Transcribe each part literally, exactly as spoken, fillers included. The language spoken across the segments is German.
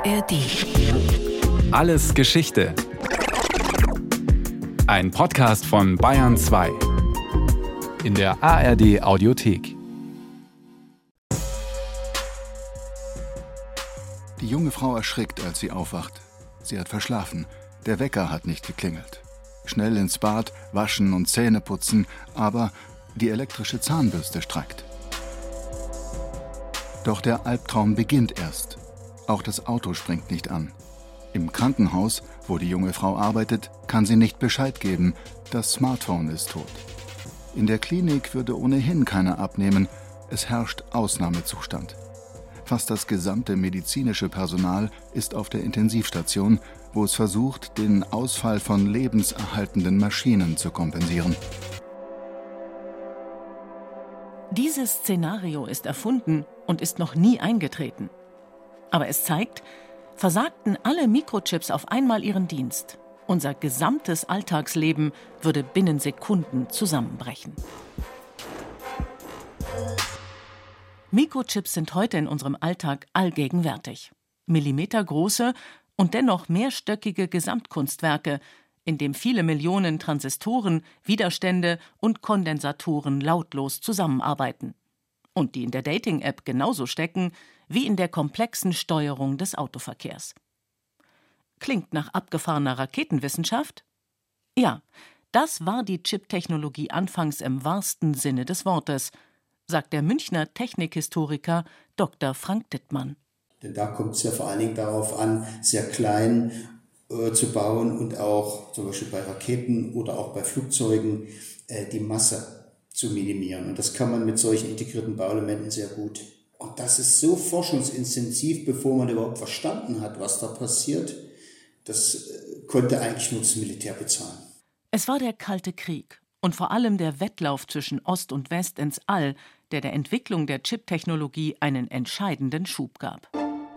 R D. Alles Geschichte. Ein Podcast von Bayern zwei. In der A R D Audiothek. Die junge Frau erschrickt, als sie aufwacht. Sie hat verschlafen. Der Wecker hat nicht geklingelt. Schnell ins Bad, waschen und Zähne putzen, aber die elektrische Zahnbürste streikt. Doch der Albtraum beginnt erst. Auch das Auto springt nicht an. Im Krankenhaus, wo die junge Frau arbeitet, kann sie nicht Bescheid geben. Das Smartphone ist tot. In der Klinik würde ohnehin keiner abnehmen. Es herrscht Ausnahmezustand. Fast das gesamte medizinische Personal ist auf der Intensivstation, wo es versucht, den Ausfall von lebenserhaltenden Maschinen zu kompensieren. Dieses Szenario ist erfunden und ist noch nie eingetreten. Aber es zeigt, versagten alle Mikrochips auf einmal ihren Dienst. Unser gesamtes Alltagsleben würde binnen Sekunden zusammenbrechen. Mikrochips sind heute in unserem Alltag allgegenwärtig. Millimetergroße und dennoch mehrstöckige Gesamtkunstwerke, in dem viele Millionen Transistoren, Widerstände und Kondensatoren lautlos zusammenarbeiten. Und die in der Dating-App genauso stecken wie in der komplexen Steuerung des Autoverkehrs. Klingt nach abgefahrener Raketenwissenschaft? Ja, das war die Chip-Technologie anfangs im wahrsten Sinne des Wortes, sagt der Münchner Technikhistoriker Doktor Frank Dittmann. Denn da kommt es ja vor allen Dingen darauf an, sehr klein äh, zu bauen und auch zum Beispiel bei Raketen oder auch bei Flugzeugen äh, die Masse zu minimieren. Und das kann man mit solchen integrierten Bauelementen sehr gut. Und das ist so forschungsintensiv, bevor man überhaupt verstanden hat, was da passiert. Das äh, konnte eigentlich nur das Militär bezahlen. Es war der Kalte Krieg und vor allem der Wettlauf zwischen Ost und West ins All, der der Entwicklung der Chip-Technologie einen entscheidenden Schub gab.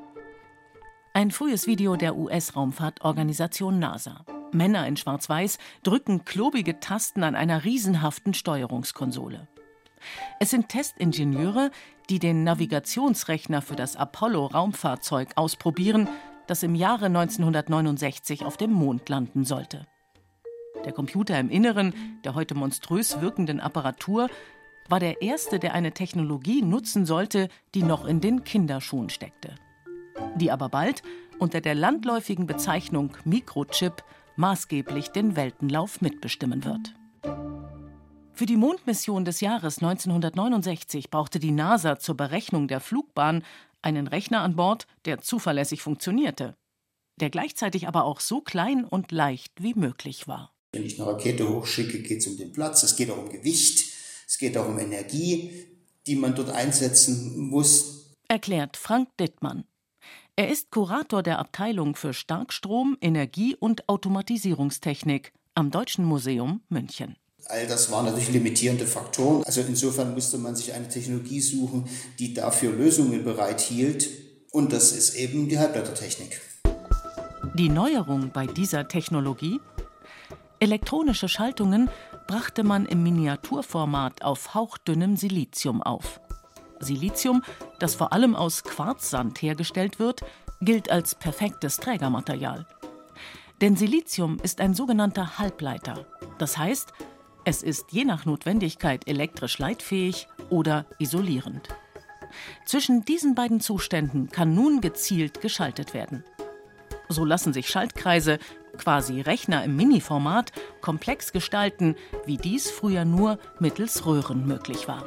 Ein frühes Video der U S-Raumfahrtorganisation NASA. Männer in Schwarz-Weiß drücken klobige Tasten an einer riesenhaften Steuerungskonsole. Es sind Testingenieure, die den Navigationsrechner für das Apollo-Raumfahrzeug ausprobieren, das im Jahre neunzehnhundertneunundsechzig auf dem Mond landen sollte. Der Computer im Inneren der heute monströs wirkenden Apparatur war der erste, der eine Technologie nutzen sollte, die noch in den Kinderschuhen steckte. Die aber bald unter der landläufigen Bezeichnung Mikrochip maßgeblich den Weltenlauf mitbestimmen wird. Für die Mondmission des Jahres neunzehnhundertneunundsechzig brauchte die NASA zur Berechnung der Flugbahn einen Rechner an Bord, der zuverlässig funktionierte, der gleichzeitig aber auch so klein und leicht wie möglich war. Wenn ich eine Rakete hochschicke, geht es um den Platz, es geht auch um Gewicht, es geht auch um Energie, die man dort einsetzen muss. Erklärt Frank Dittmann. Er ist Kurator der Abteilung für Starkstrom, Energie und Automatisierungstechnik am Deutschen Museum München. All das waren natürlich limitierende Faktoren. Also insofern musste man sich eine Technologie suchen, die dafür Lösungen bereithielt. Und das ist eben die Halbleitertechnik. Die Neuerung bei dieser Technologie? Elektronische Schaltungen brachte man im Miniaturformat auf hauchdünnem Silizium auf. Silizium, das vor allem aus Quarzsand hergestellt wird, gilt als perfektes Trägermaterial. Denn Silizium ist ein sogenannter Halbleiter. Das heißt, es ist je nach Notwendigkeit elektrisch leitfähig oder isolierend. Zwischen diesen beiden Zuständen kann nun gezielt geschaltet werden. So lassen sich Schaltkreise, quasi Rechner im Mini-Format, komplex gestalten, wie dies früher nur mittels Röhren möglich war.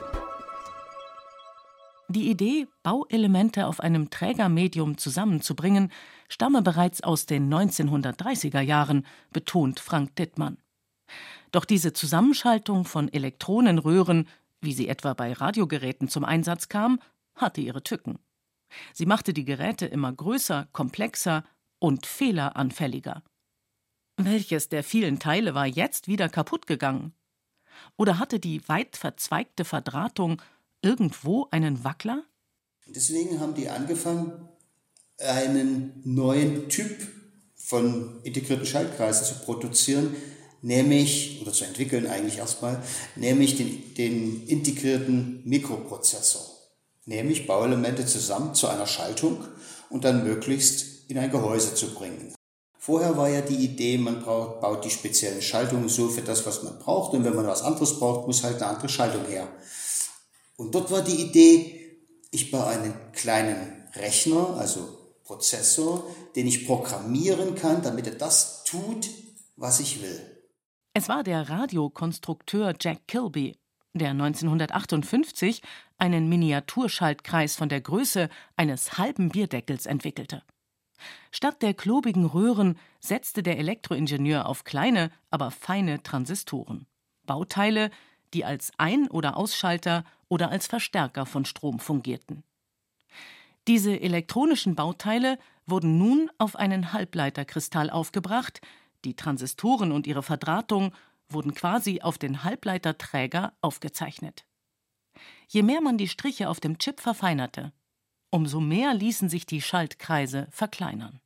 Die Idee, Bauelemente auf einem Trägermedium zusammenzubringen, stamme bereits aus den neunzehnhundertdreißiger Jahren, betont Frank Dittmann. Doch diese Zusammenschaltung von Elektronenröhren, wie sie etwa bei Radiogeräten zum Einsatz kam, hatte ihre Tücken. Sie machte die Geräte immer größer, komplexer und fehleranfälliger. Welches der vielen Teile war jetzt wieder kaputt gegangen? Oder hatte die weit verzweigte Verdrahtung irgendwo einen Wackler? Deswegen haben die angefangen, einen neuen Typ von integrierten Schaltkreisen zu produzieren, nämlich, oder zu entwickeln eigentlich erstmal, nämlich den, den integrierten Mikroprozessor. nämlich Bauelemente zusammen zu einer Schaltung und dann möglichst in ein Gehäuse zu bringen. Vorher war ja die Idee, man braucht, baut die speziellen Schaltungen so für das, was man braucht, und wenn man was anderes braucht, muss halt eine andere Schaltung her. Und dort war die Idee, ich baue einen kleinen Rechner, also Prozessor, den ich programmieren kann, damit er das tut, was ich will. Es war der Radiokonstrukteur Jack Kilby, der neunzehnhundertachtundfünfzig einen Miniaturschaltkreis von der Größe eines halben Bierdeckels entwickelte. Statt der klobigen Röhren setzte der Elektroingenieur auf kleine, aber feine Transistoren. Bauteile, die als Ein- oder Ausschalter oder als Verstärker von Strom fungierten. Diese elektronischen Bauteile wurden nun auf einen Halbleiterkristall aufgebracht, die Transistoren und ihre Verdrahtung wurden quasi auf den Halbleiterträger aufgezeichnet. Je mehr man die Striche auf dem Chip verfeinerte, umso mehr ließen sich die Schaltkreise verkleinern.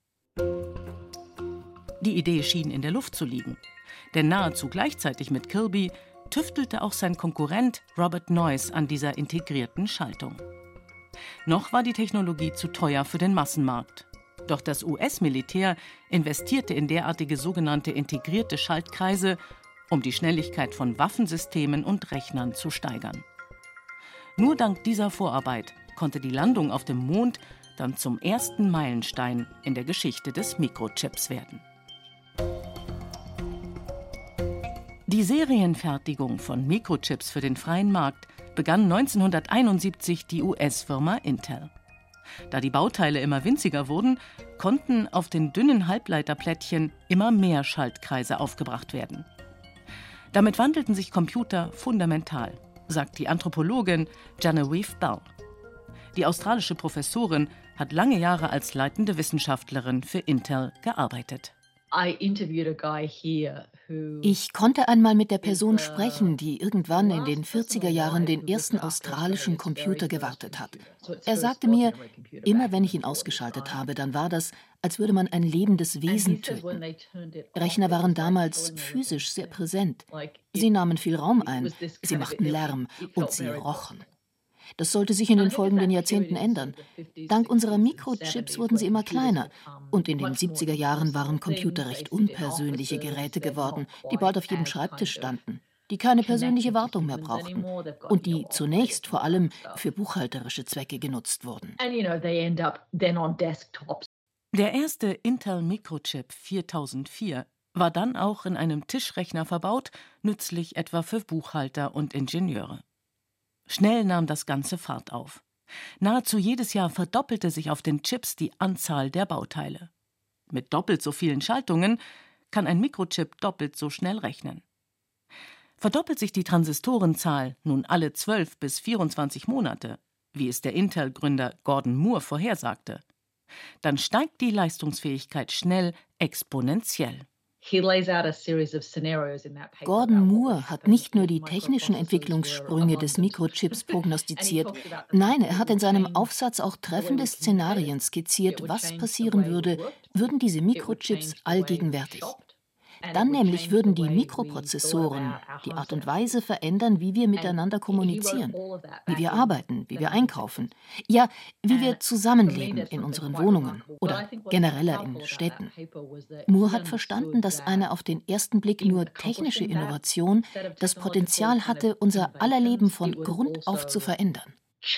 Die Idee schien in der Luft zu liegen, denn nahezu gleichzeitig mit Kilby tüftelte auch sein Konkurrent Robert Noyce an dieser integrierten Schaltung. Noch war die Technologie zu teuer für den Massenmarkt. Doch das U S-Militär investierte in derartige sogenannte integrierte Schaltkreise, um die Schnelligkeit von Waffensystemen und Rechnern zu steigern. Nur dank dieser Vorarbeit konnte die Landung auf dem Mond dann zum ersten Meilenstein in der Geschichte des Mikrochips werden. Die Serienfertigung von Mikrochips für den freien Markt begann neunzehnhunderteinundsiebzig die U S-Firma Intel. Da die Bauteile immer winziger wurden, konnten auf den dünnen Halbleiterplättchen immer mehr Schaltkreise aufgebracht werden. Damit wandelten sich Computer fundamental, sagt die Anthropologin Genevieve Bell. Die australische Professorin hat lange Jahre als leitende Wissenschaftlerin für Intel gearbeitet. Ich konnte einmal mit der Person sprechen, die irgendwann in den vierziger Jahren den ersten australischen Computer gewartet hat. Er sagte mir, immer wenn ich ihn ausgeschaltet habe, dann war das, als würde man ein lebendes Wesen töten. Rechner waren damals physisch sehr präsent. Sie nahmen viel Raum ein, sie machten Lärm und sie rochen. Das sollte sich in den folgenden Jahrzehnten ändern. Dank unserer Mikrochips wurden sie immer kleiner. Und in den siebziger Jahren waren Computer recht unpersönliche Geräte geworden, die bald auf jedem Schreibtisch standen, die keine persönliche Wartung mehr brauchten und die zunächst vor allem für buchhalterische Zwecke genutzt wurden. Der erste Intel-Mikrochip viertausendvier war dann auch in einem Tischrechner verbaut, nützlich etwa für Buchhalter und Ingenieure. Schnell nahm das Ganze Fahrt auf. Nahezu jedes Jahr verdoppelte sich auf den Chips die Anzahl der Bauteile. Mit doppelt so vielen Schaltungen kann ein Mikrochip doppelt so schnell rechnen. Verdoppelt sich die Transistorenzahl nun alle zwölf bis vierundzwanzig Monate, wie es der Intel-Gründer Gordon Moore vorhersagte, dann steigt die Leistungsfähigkeit schnell exponentiell. Gordon Moore hat nicht nur die technischen Entwicklungssprünge des Mikrochips prognostiziert, nein, er hat in seinem Aufsatz auch treffende Szenarien skizziert, was passieren würde, würden diese Mikrochips allgegenwärtig. Dann nämlich würden die Mikroprozessoren die Art und Weise verändern, wie wir miteinander kommunizieren, wie wir arbeiten, wie wir einkaufen, ja, wie wir zusammenleben in unseren Wohnungen oder genereller in Städten. Moore hat verstanden, dass eine auf den ersten Blick nur technische Innovation das Potenzial hatte, unser aller Leben von Grund auf zu verändern.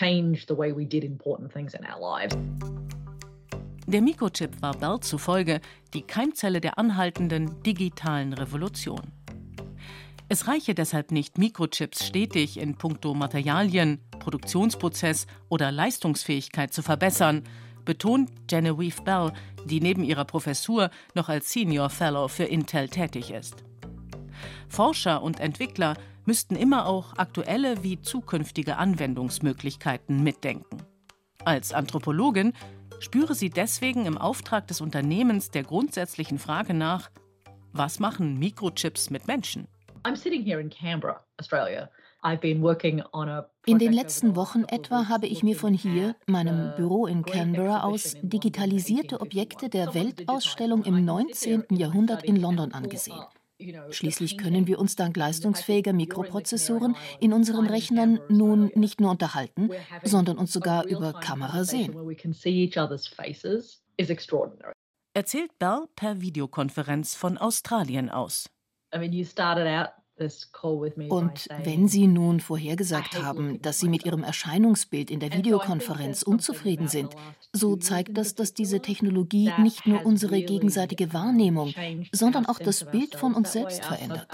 Der Mikrochip war Bell zufolge die Keimzelle der anhaltenden digitalen Revolution. Es reiche deshalb nicht, Mikrochips stetig in puncto Materialien, Produktionsprozess oder Leistungsfähigkeit zu verbessern, betont Genevieve Bell, die neben ihrer Professur noch als Senior Fellow für Intel tätig ist. Forscher und Entwickler müssten immer auch aktuelle wie zukünftige Anwendungsmöglichkeiten mitdenken. Als Anthropologin spüre sie deswegen im Auftrag des Unternehmens der grundsätzlichen Frage nach, was machen Mikrochips mit Menschen? In den letzten Wochen etwa habe ich mir von hier, meinem Büro in Canberra aus, digitalisierte Objekte der Weltausstellung im neunzehnten Jahrhundert in London angesehen. Schließlich können wir uns dank leistungsfähiger Mikroprozessoren in unseren Rechnern nun nicht nur unterhalten, sondern uns sogar über Kamera sehen. Erzählt Bell per Videokonferenz von Australien aus. Und wenn Sie nun vorhergesagt haben, dass Sie mit Ihrem Erscheinungsbild in der Videokonferenz unzufrieden sind, so zeigt das, dass diese Technologie nicht nur unsere gegenseitige Wahrnehmung, sondern auch das Bild von uns selbst verändert.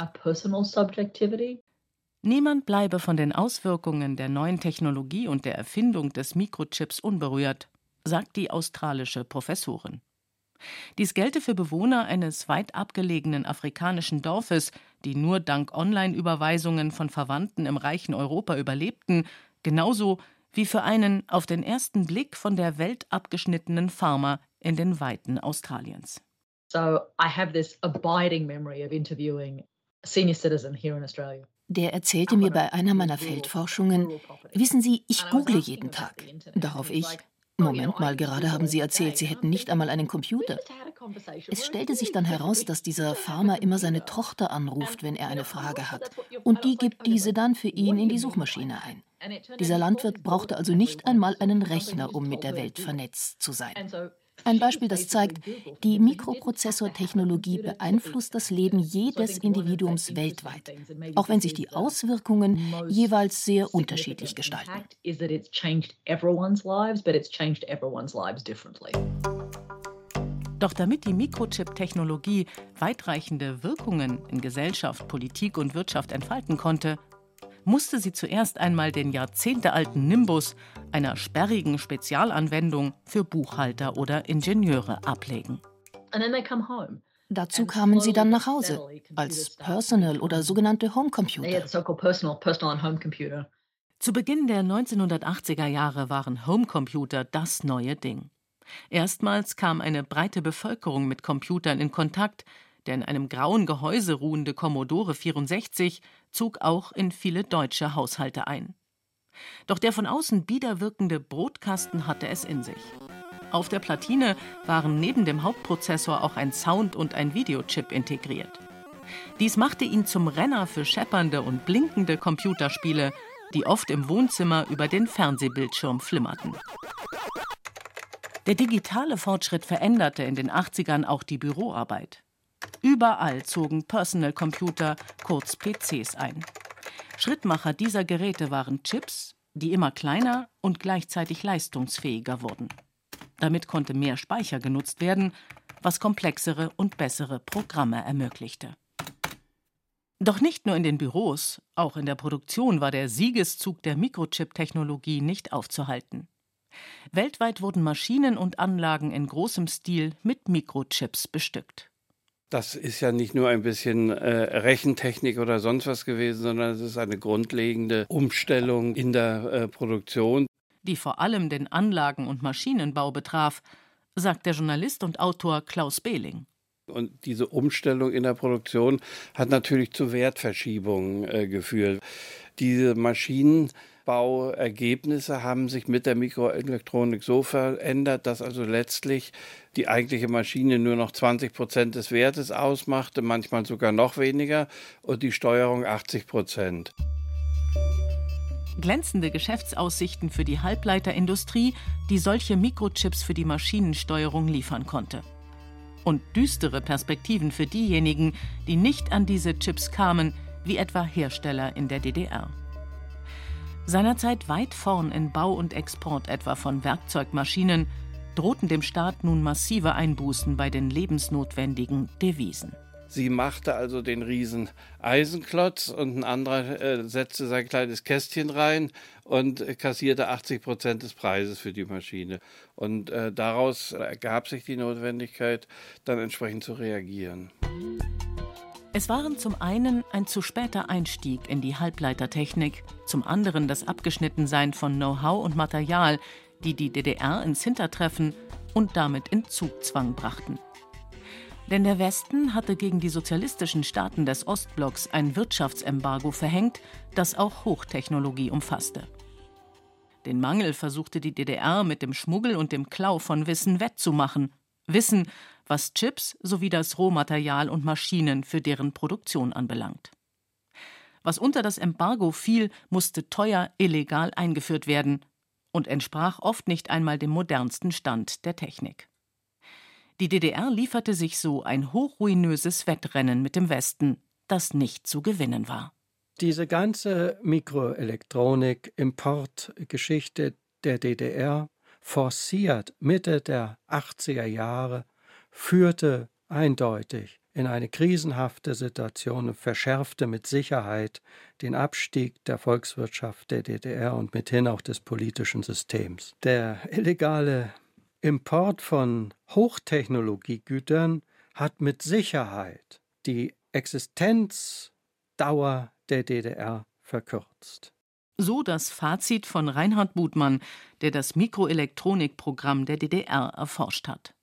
Niemand bleibe von den Auswirkungen der neuen Technologie und der Erfindung des Mikrochips unberührt, sagt die australische Professorin. Dies gelte für Bewohner eines weit abgelegenen afrikanischen Dorfes, die nur dank Online-Überweisungen von Verwandten im reichen Europa überlebten, genauso wie für einen auf den ersten Blick von der Welt abgeschnittenen Farmer in den Weiten Australiens. So I have this abiding memory of interviewing a senior citizen here in Australia. Der erzählte mir bei einer meiner Feldforschungen, wissen Sie, ich google jeden Tag. Darauf ich, Moment mal, gerade haben Sie erzählt, Sie hätten nicht einmal einen Computer. Es stellte sich dann heraus, dass dieser Farmer immer seine Tochter anruft, wenn er eine Frage hat. Und die gibt diese dann für ihn in die Suchmaschine ein. Dieser Landwirt brauchte also nicht einmal einen Rechner, um mit der Welt vernetzt zu sein. Ein Beispiel, das zeigt, die Mikroprozessortechnologie beeinflusst das Leben jedes Individuums weltweit, auch wenn sich die Auswirkungen jeweils sehr unterschiedlich gestalten. Doch damit die Mikrochip-Technologie weitreichende Wirkungen in Gesellschaft, Politik und Wirtschaft entfalten konnte, musste sie zuerst einmal den jahrzehntealten Nimbus einer sperrigen Spezialanwendung für Buchhalter oder Ingenieure ablegen. Dazu kamen sie dann nach Hause, als Personal- oder sogenannte Homecomputer. Zu Beginn der neunzehnhundertachtziger Jahre waren Homecomputer das neue Ding. Erstmals kam eine breite Bevölkerung mit Computern in Kontakt. Der in einem grauen Gehäuse ruhende Commodore vierundsechzig zog auch in viele deutsche Haushalte ein. Doch der von außen bieder wirkende Brotkasten hatte es in sich. Auf der Platine waren neben dem Hauptprozessor auch ein Sound- und ein Videochip integriert. Dies machte ihn zum Renner für scheppernde und blinkende Computerspiele, die oft im Wohnzimmer über den Fernsehbildschirm flimmerten. Der digitale Fortschritt veränderte in den achtzigern auch die Büroarbeit. Überall zogen Personal Computer, kurz P Cs, ein. Schrittmacher dieser Geräte waren Chips, die immer kleiner und gleichzeitig leistungsfähiger wurden. Damit konnte mehr Speicher genutzt werden, was komplexere und bessere Programme ermöglichte. Doch nicht nur in den Büros, auch in der Produktion war der Siegeszug der Mikrochip-Technologie nicht aufzuhalten. Weltweit wurden Maschinen und Anlagen in großem Stil mit Mikrochips bestückt. Das ist ja nicht nur ein bisschen äh, Rechentechnik oder sonst was gewesen, sondern es ist eine grundlegende Umstellung in der äh, Produktion, die vor allem den Anlagen- und Maschinenbau betraf, sagt der Journalist und Autor Klaus Behling. Und diese Umstellung in der Produktion hat natürlich zu Wertverschiebungen äh, geführt. Diese Maschinenbauergebnisse haben sich mit der Mikroelektronik so verändert, dass also letztlich die eigentliche Maschine nur noch zwanzig Prozent des Wertes ausmachte, manchmal sogar noch weniger, und die Steuerung achtzig Prozent. Glänzende Geschäftsaussichten für die Halbleiterindustrie, die solche Mikrochips für die Maschinensteuerung liefern konnte. Und düstere Perspektiven für diejenigen, die nicht an diese Chips kamen, wie etwa Hersteller in der D D R. Seinerzeit weit vorn in Bau und Export etwa von Werkzeugmaschinen, drohten dem Staat nun massive Einbußen bei den lebensnotwendigen Devisen. Sie machte also den riesen Eisenklotz und ein anderer äh, setzte sein kleines Kästchen rein und kassierte achtzig Prozent des Preises für die Maschine. Und äh, daraus ergab sich die Notwendigkeit, dann entsprechend zu reagieren. Es waren zum einen ein zu später Einstieg in die Halbleitertechnik, zum anderen das Abgeschnittensein von Know-how und Material, die die D D R ins Hintertreffen und damit in Zugzwang brachten. Denn der Westen hatte gegen die sozialistischen Staaten des Ostblocks ein Wirtschaftsembargo verhängt, das auch Hochtechnologie umfasste. Den Mangel versuchte die D D R mit dem Schmuggel und dem Klau von Wissen wettzumachen, wissen, was Chips sowie das Rohmaterial und Maschinen für deren Produktion anbelangt. Was unter das Embargo fiel, musste teuer illegal eingeführt werden und entsprach oft nicht einmal dem modernsten Stand der Technik. Die D D R lieferte sich so ein hochruinöses Wettrennen mit dem Westen, das nicht zu gewinnen war. Diese ganze Mikroelektronik-Importgeschichte der D D R, forciert Mitte der achtziger Jahre, führte eindeutig in eine krisenhafte Situation und verschärfte mit Sicherheit den Abstieg der Volkswirtschaft der D D R und mithin auch des politischen Systems. Der illegale Import von Hochtechnologiegütern hat mit Sicherheit die Existenzdauer der D D R verkürzt. So das Fazit von Reinhard Budmann, der das Mikroelektronikprogramm der D D R erforscht hat.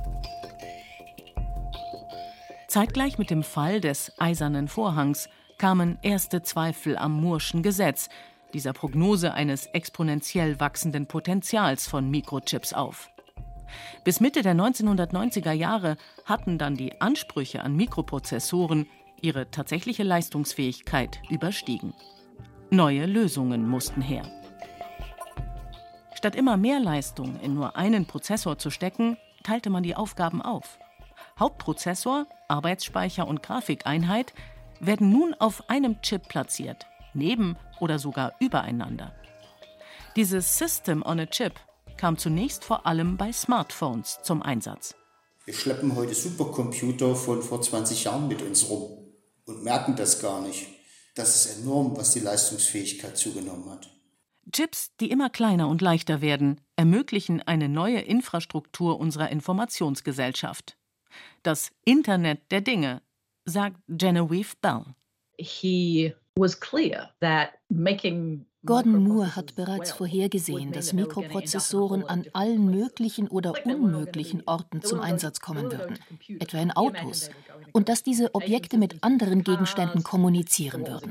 Zeitgleich mit dem Fall des Eisernen Vorhangs kamen erste Zweifel am Moore'schen Gesetz, dieser Prognose eines exponentiell wachsenden Potenzials von Mikrochips auf. Bis Mitte der neunzehnhundertneunziger Jahre hatten dann die Ansprüche an Mikroprozessoren ihre tatsächliche Leistungsfähigkeit überstiegen. Neue Lösungen mussten her. Statt immer mehr Leistung in nur einen Prozessor zu stecken, teilte man die Aufgaben auf. Hauptprozessor, Arbeitsspeicher und Grafikeinheit werden nun auf einem Chip platziert, neben oder sogar übereinander. Dieses System on a Chip kam zunächst vor allem bei Smartphones zum Einsatz. Wir schleppen heute Supercomputer von vor zwanzig Jahren mit uns rum und merken das gar nicht. Das ist enorm, was die Leistungsfähigkeit zugenommen hat. Chips, die immer kleiner und leichter werden, ermöglichen eine neue Infrastruktur unserer Informationsgesellschaft. Das Internet der Dinge, sagt Genevieve Bell. He was clear that making Gordon Moore hat bereits vorhergesehen, dass Mikroprozessoren an allen möglichen oder unmöglichen Orten zum Einsatz kommen würden, etwa in Autos, und dass diese Objekte mit anderen Gegenständen kommunizieren würden.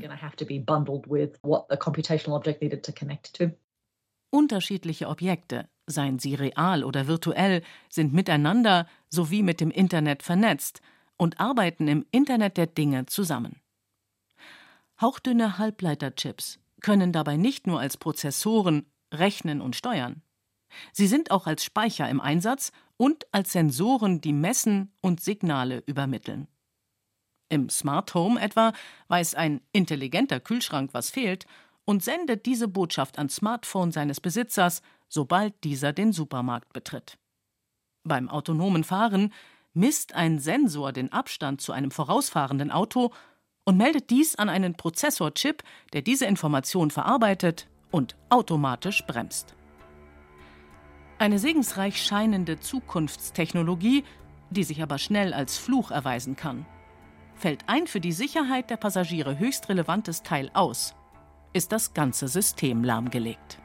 Unterschiedliche Objekte, seien sie real oder virtuell, sind miteinander sowie mit dem Internet vernetzt und arbeiten im Internet der Dinge zusammen. Hauchdünne Halbleiterchips können dabei nicht nur als Prozessoren rechnen und steuern. Sie sind auch als Speicher im Einsatz und als Sensoren, die messen und Signale übermitteln. Im Smart Home etwa weiß ein intelligenter Kühlschrank, was fehlt, und sendet diese Botschaft ans Smartphone seines Besitzers, sobald dieser den Supermarkt betritt. Beim autonomen Fahren misst ein Sensor den Abstand zu einem vorausfahrenden Auto und meldet dies an einen Prozessorchip, der diese Information verarbeitet und automatisch bremst. Eine segensreich scheinende Zukunftstechnologie, die sich aber schnell als Fluch erweisen kann. Fällt ein für die Sicherheit der Passagiere höchst relevantes Teil aus, ist das ganze System lahmgelegt.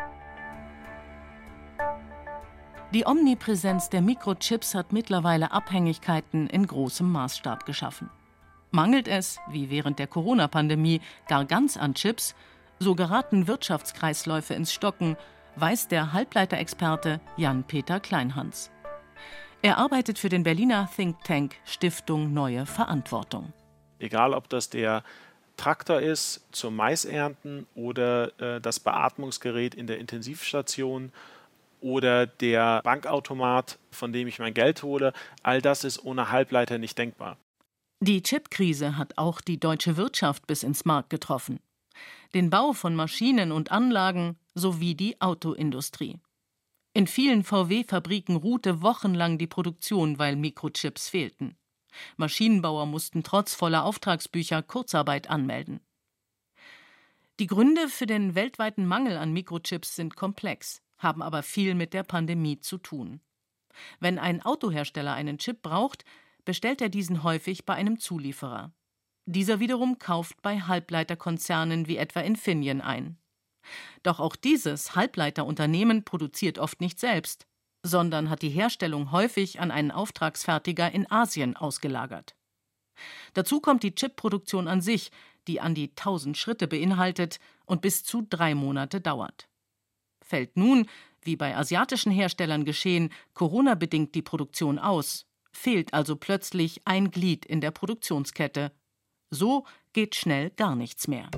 Die Omnipräsenz der Mikrochips hat mittlerweile Abhängigkeiten in großem Maßstab geschaffen. Mangelt es, wie während der Corona-Pandemie, gar ganz an Chips, so geraten Wirtschaftskreisläufe ins Stocken, weiß der Halbleiterexperte Jan-Peter Kleinhans. Er arbeitet für den Berliner Think Tank Stiftung Neue Verantwortung. Egal, ob das der Traktor ist zum Maisernten oder äh, das Beatmungsgerät in der Intensivstation oder der Bankautomat, von dem ich mein Geld hole, all das ist ohne Halbleiter nicht denkbar. Die Chipkrise hat auch die deutsche Wirtschaft bis ins Mark getroffen. Den Bau von Maschinen und Anlagen sowie die Autoindustrie. In vielen V W-Fabriken ruhte wochenlang die Produktion, weil Mikrochips fehlten. Maschinenbauer mussten trotz voller Auftragsbücher Kurzarbeit anmelden. Die Gründe für den weltweiten Mangel an Mikrochips sind komplex, haben aber viel mit der Pandemie zu tun. Wenn ein Autohersteller einen Chip braucht, bestellt er diesen häufig bei einem Zulieferer. Dieser wiederum kauft bei Halbleiterkonzernen wie etwa Infineon ein. Doch auch dieses Halbleiterunternehmen produziert oft nicht selbst, sondern hat die Herstellung häufig an einen Auftragsfertiger in Asien ausgelagert. Dazu kommt die Chipproduktion an sich, die an die tausend Schritte beinhaltet und bis zu drei Monate dauert. Fällt nun, wie bei asiatischen Herstellern geschehen, Corona-bedingt die Produktion aus, fehlt also plötzlich ein Glied in der Produktionskette. So geht schnell gar nichts mehr.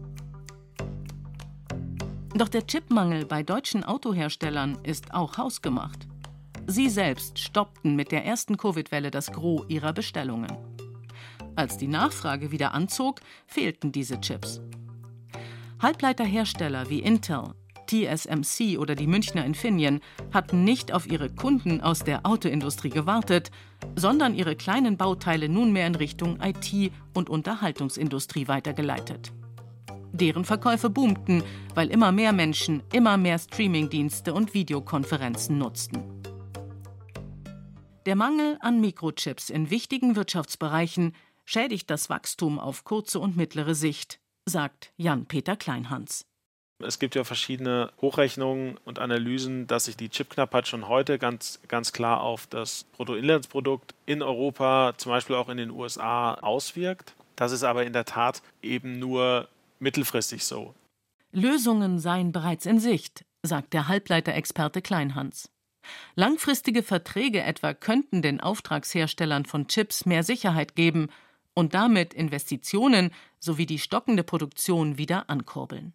Doch der Chipmangel bei deutschen Autoherstellern ist auch hausgemacht. Sie selbst stoppten mit der ersten Covid-Welle das Gros ihrer Bestellungen. Als die Nachfrage wieder anzog, fehlten diese Chips. Halbleiterhersteller wie Intel, T S M C oder die Münchner Infineon hatten nicht auf ihre Kunden aus der Autoindustrie gewartet, sondern ihre kleinen Bauteile nunmehr in Richtung I T- und Unterhaltungsindustrie weitergeleitet. Deren Verkäufe boomten, weil immer mehr Menschen immer mehr Streamingdienste und Videokonferenzen nutzten. Der Mangel an Mikrochips in wichtigen Wirtschaftsbereichen schädigt das Wachstum auf kurze und mittlere Sicht, sagt Jan-Peter Kleinhans. Es gibt ja verschiedene Hochrechnungen und Analysen, dass sich die Chipknappheit schon heute ganz, ganz klar auf das Bruttoinlandsprodukt in Europa, zum Beispiel auch in den U S A, auswirkt. Das ist aber in der Tat eben nur mittelfristig so. Lösungen seien bereits in Sicht, sagt der Halbleiterexperte Kleinhans. Langfristige Verträge etwa könnten den Auftragsherstellern von Chips mehr Sicherheit geben und damit Investitionen sowie die stockende Produktion wieder ankurbeln.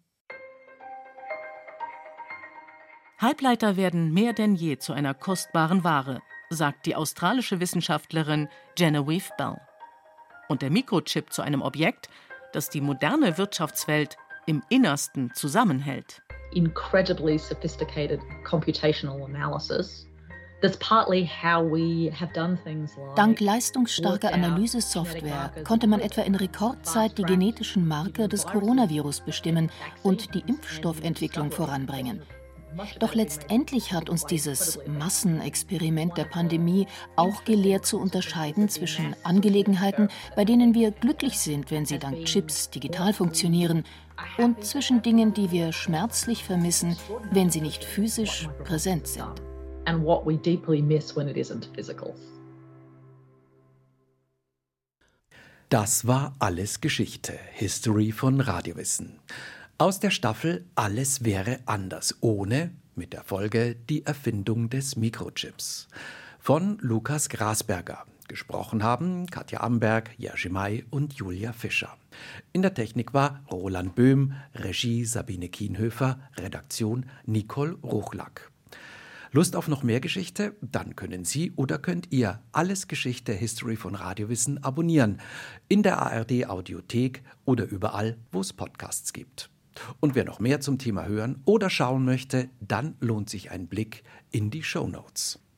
Halbleiter werden mehr denn je zu einer kostbaren Ware, sagt die australische Wissenschaftlerin Genevieve Bell. Und der Mikrochip zu einem Objekt, das die moderne Wirtschaftswelt im Innersten zusammenhält. Incredibly sophisticated computational analysis. That's partly how we have done things like Dank leistungsstarker Analysesoftware konnte man etwa in Rekordzeit die genetischen Marker des Coronavirus bestimmen und die Impfstoffentwicklung voranbringen. Doch letztendlich hat uns dieses Massenexperiment der Pandemie auch gelehrt zu unterscheiden zwischen Angelegenheiten, bei denen wir glücklich sind, wenn sie dank Chips digital funktionieren, und zwischen Dingen, die wir schmerzlich vermissen, wenn sie nicht physisch präsent sind. And what we deeply miss when it isn't physical. Das war Alles Geschichte, History von Radiowissen. Aus der Staffel Alles wäre anders ohne, mit der Folge Die Erfindung des Mikrochips. Von Lukas Grasberger. Gesprochen haben Katja Amberg, Jerzy May und Julia Fischer. In der Technik war Roland Böhm, Regie Sabine Kienhöfer, Redaktion Nicole Ruchlack. Lust auf noch mehr Geschichte? Dann können Sie oder könnt ihr Alles Geschichte History von Radiowissen abonnieren. In der A R D Audiothek oder überall, wo es Podcasts gibt. Und wer noch mehr zum Thema hören oder schauen möchte, dann lohnt sich ein Blick in die Shownotes.